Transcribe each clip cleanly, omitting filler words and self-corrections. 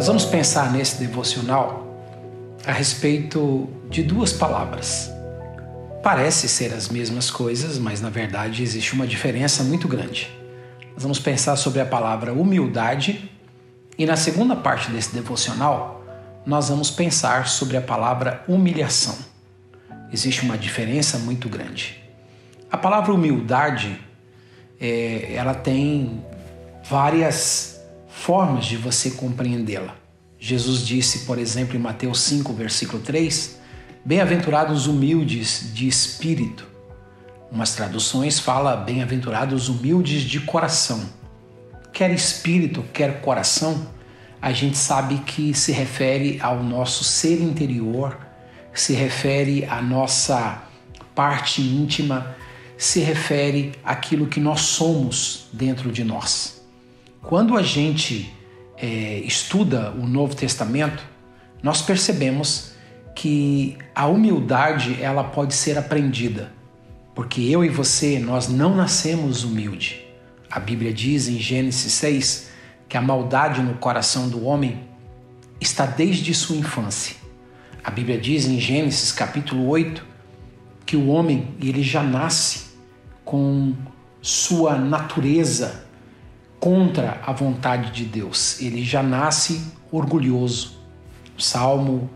Nós vamos pensar nesse devocional a respeito de duas palavras. Parece ser as mesmas coisas, mas na verdade existe uma diferença muito grande. Nós vamos pensar sobre a palavra humildade e na segunda parte desse devocional nós vamos pensar sobre a palavra humilhação. Existe uma diferença muito grande. A palavra humildade, ela tem várias formas de você compreendê-la. Jesus disse, por exemplo, em Mateus 5, versículo 3, bem-aventurados humildes de espírito. Umas traduções falam bem-aventurados humildes de coração. Quer espírito, quer coração, a gente sabe que se refere ao nosso ser interior, se refere à nossa parte íntima, se refere àquilo que nós somos dentro de nós. Quando a gente estuda o Novo Testamento, nós percebemos que a humildade ela pode ser aprendida, porque eu e você, nós não nascemos humilde. A Bíblia diz em Gênesis 6 que a maldade no coração do homem está desde sua infância. A Bíblia diz em Gênesis capítulo 8 que o homem ele já nasce com sua natureza contra a vontade de Deus. Ele já nasce orgulhoso. O Salmo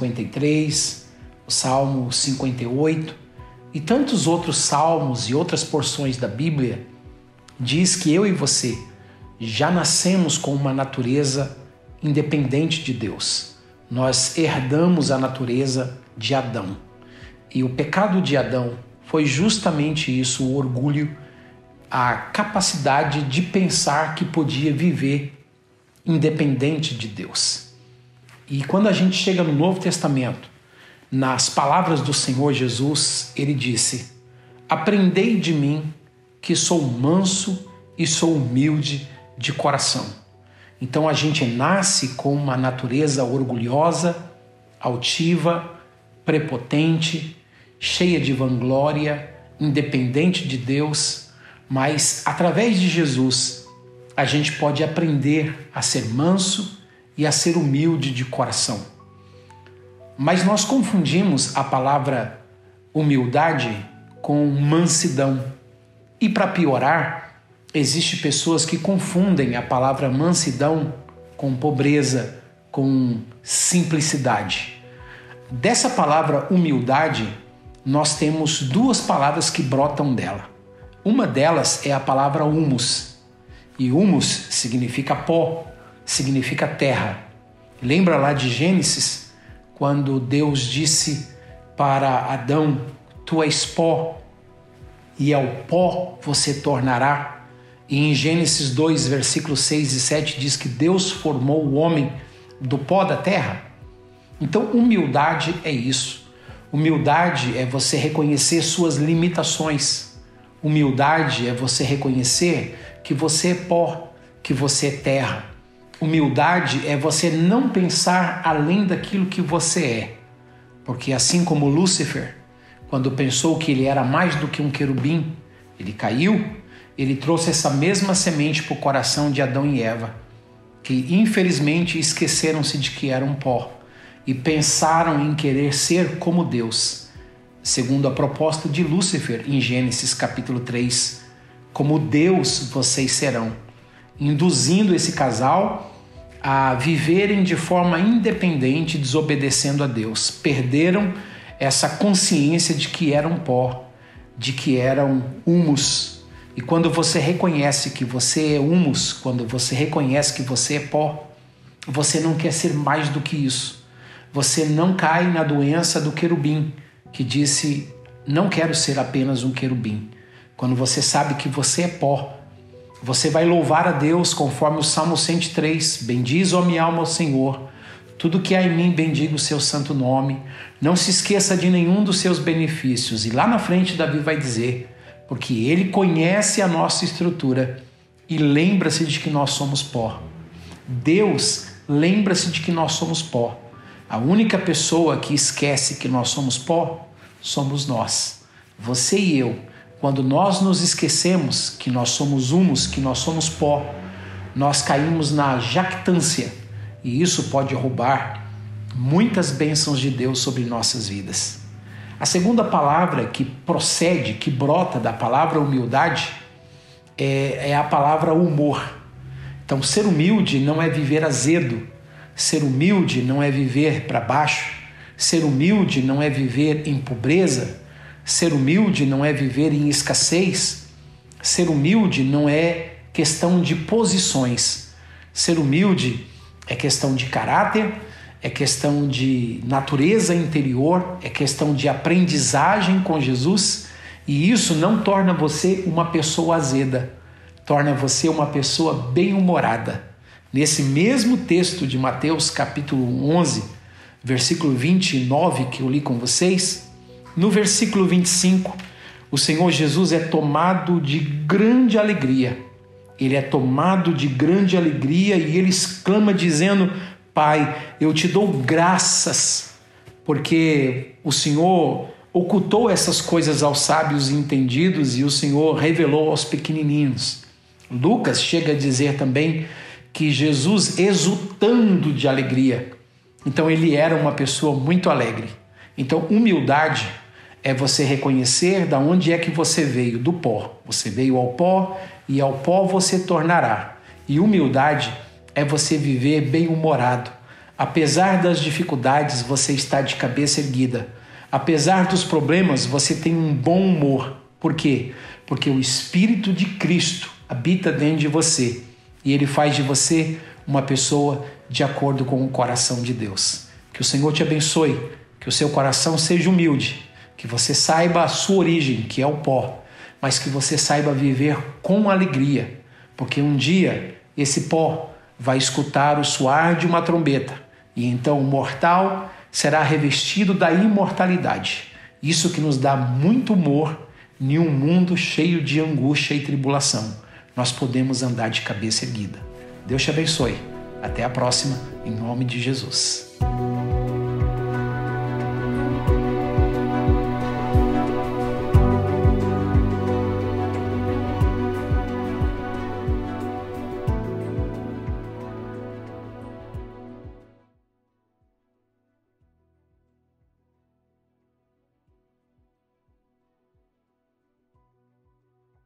53, o Salmo 58 e tantos outros salmos e outras porções da Bíblia diz que eu e você já nascemos com uma natureza independente de Deus. Nós herdamos a natureza de Adão. E o pecado de Adão foi justamente isso, o orgulho, a capacidade de pensar que podia viver independente de Deus. E quando a gente chega no Novo Testamento, nas palavras do Senhor Jesus, ele disse: aprendei de mim que sou manso e sou humilde de coração. Então a gente nasce com uma natureza orgulhosa, altiva, prepotente, cheia de vanglória, independente de Deus, mas através de Jesus a gente pode aprender a ser manso e a ser humilde de coração. Mas nós confundimos a palavra humildade com mansidão. E para piorar, existem pessoas que confundem a palavra mansidão com pobreza, com simplicidade. Dessa palavra humildade, nós temos duas palavras que brotam dela. Uma delas é a palavra humus. E humus significa pó, significa terra. Lembra lá de Gênesis, quando Deus disse para Adão: tu és pó, e ao pó você tornará. E em Gênesis 2, versículos 6 e 7 diz que Deus formou o homem do pó da terra. Então humildade é isso. Humildade é você reconhecer suas limitações. Humildade é você reconhecer que você é pó, que você é terra. Humildade é você não pensar além daquilo que você é. Porque assim como Lúcifer, quando pensou que ele era mais do que um querubim, ele caiu, ele trouxe essa mesma semente para o coração de Adão e Eva, que infelizmente esqueceram-se de que eram pó e pensaram em querer ser como Deus, segundo a proposta de Lúcifer em Gênesis capítulo 3, como Deus vocês serão, induzindo esse casal a viverem de forma independente, desobedecendo a Deus. Perderam essa consciência de que eram pó, de que eram humus. E quando você reconhece que você é humus, quando você reconhece que você é pó, você não quer ser mais do que isso. Você não cai na doença do querubim, que disse: não quero ser apenas um querubim. Quando você sabe que você é pó, você vai louvar a Deus conforme o Salmo 103. Bendiz, ó minha alma, ao Senhor. Tudo que há em mim, bendiga o seu santo nome. Não se esqueça de nenhum dos seus benefícios. E lá na frente Davi vai dizer: porque ele conhece a nossa estrutura e lembra-se de que nós somos pó. Deus lembra-se de que nós somos pó. A única pessoa que esquece que nós somos pó somos nós. Você e eu. Quando nós nos esquecemos que nós somos humus, que nós somos pó, nós caímos na jactância e isso pode roubar muitas bênçãos de Deus sobre nossas vidas. A segunda palavra que procede, que brota da palavra humildade, é a palavra humor. Então, ser humilde não é viver azedo, ser humilde não é viver para baixo, ser humilde não é viver em pobreza, ser humilde não é viver em escassez, ser humilde não é questão de posições, ser humilde é questão de caráter, é questão de natureza interior, é questão de aprendizagem com Jesus, e isso não torna você uma pessoa azeda, torna você uma pessoa bem-humorada. Nesse mesmo texto de Mateus capítulo 11, versículo 29 que eu li com vocês, no versículo 25, o Senhor Jesus é tomado de grande alegria. Ele é tomado de grande alegria e ele exclama dizendo: Pai, eu te dou graças, porque o Senhor ocultou essas coisas aos sábios e entendidos e o Senhor revelou aos pequenininhos. Lucas chega a dizer também que Jesus exultando de alegria. Então ele era uma pessoa muito alegre. Então humildade é você reconhecer da onde é que você veio, do pó. Você veio ao pó e ao pó você tornará. E humildade é você viver bem-humorado. Apesar das dificuldades, você está de cabeça erguida. Apesar dos problemas, você tem um bom humor. Por quê? Porque o Espírito de Cristo habita dentro de você e ele faz de você uma pessoa de acordo com o coração de Deus. Que o Senhor te abençoe, que o seu coração seja humilde, que você saiba a sua origem, que é o pó, mas que você saiba viver com alegria, porque um dia esse pó vai escutar o soar de uma trombeta e então o mortal será revestido da imortalidade. Isso que nos dá muito humor em um mundo cheio de angústia e tribulação. Nós podemos andar de cabeça erguida. Deus te abençoe. Até a próxima, em nome de Jesus.